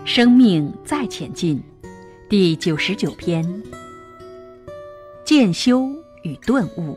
生命再前进，第99篇，渐修与顿悟。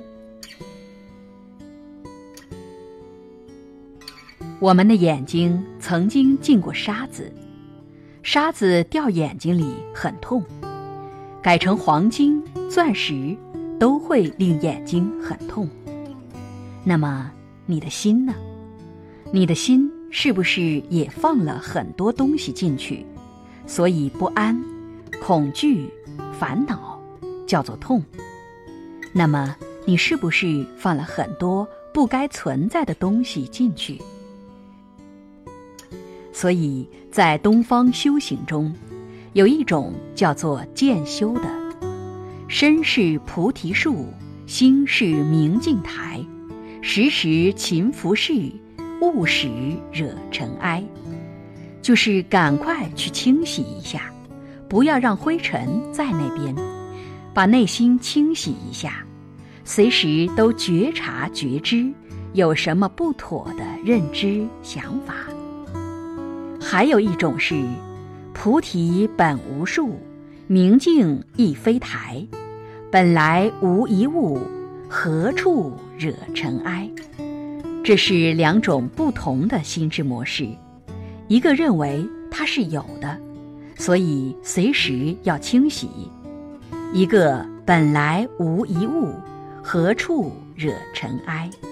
我们的眼睛曾经进过沙子，沙子掉眼睛里很痛，改成黄金、钻石都会令眼睛很痛。那么你的心呢？你的心是不是也放了很多东西进去，所以不安、恐惧、烦恼叫做痛？那么你是不是放了很多不该存在的东西进去？所以在东方修行中，有一种叫做渐修的，身是菩提树，心是明镜台，时时勤拂拭，勿使惹尘埃。就是赶快去清洗一下，不要让灰尘在那边，把内心清洗一下，随时都觉察觉知有什么不妥的认知想法。还有一种是菩提本无树，明镜亦非台，本来无一物，何处惹尘埃。这是两种不同的心智模式，一个认为它是有的，所以随时要清洗；一个本来无一物，何处惹尘埃。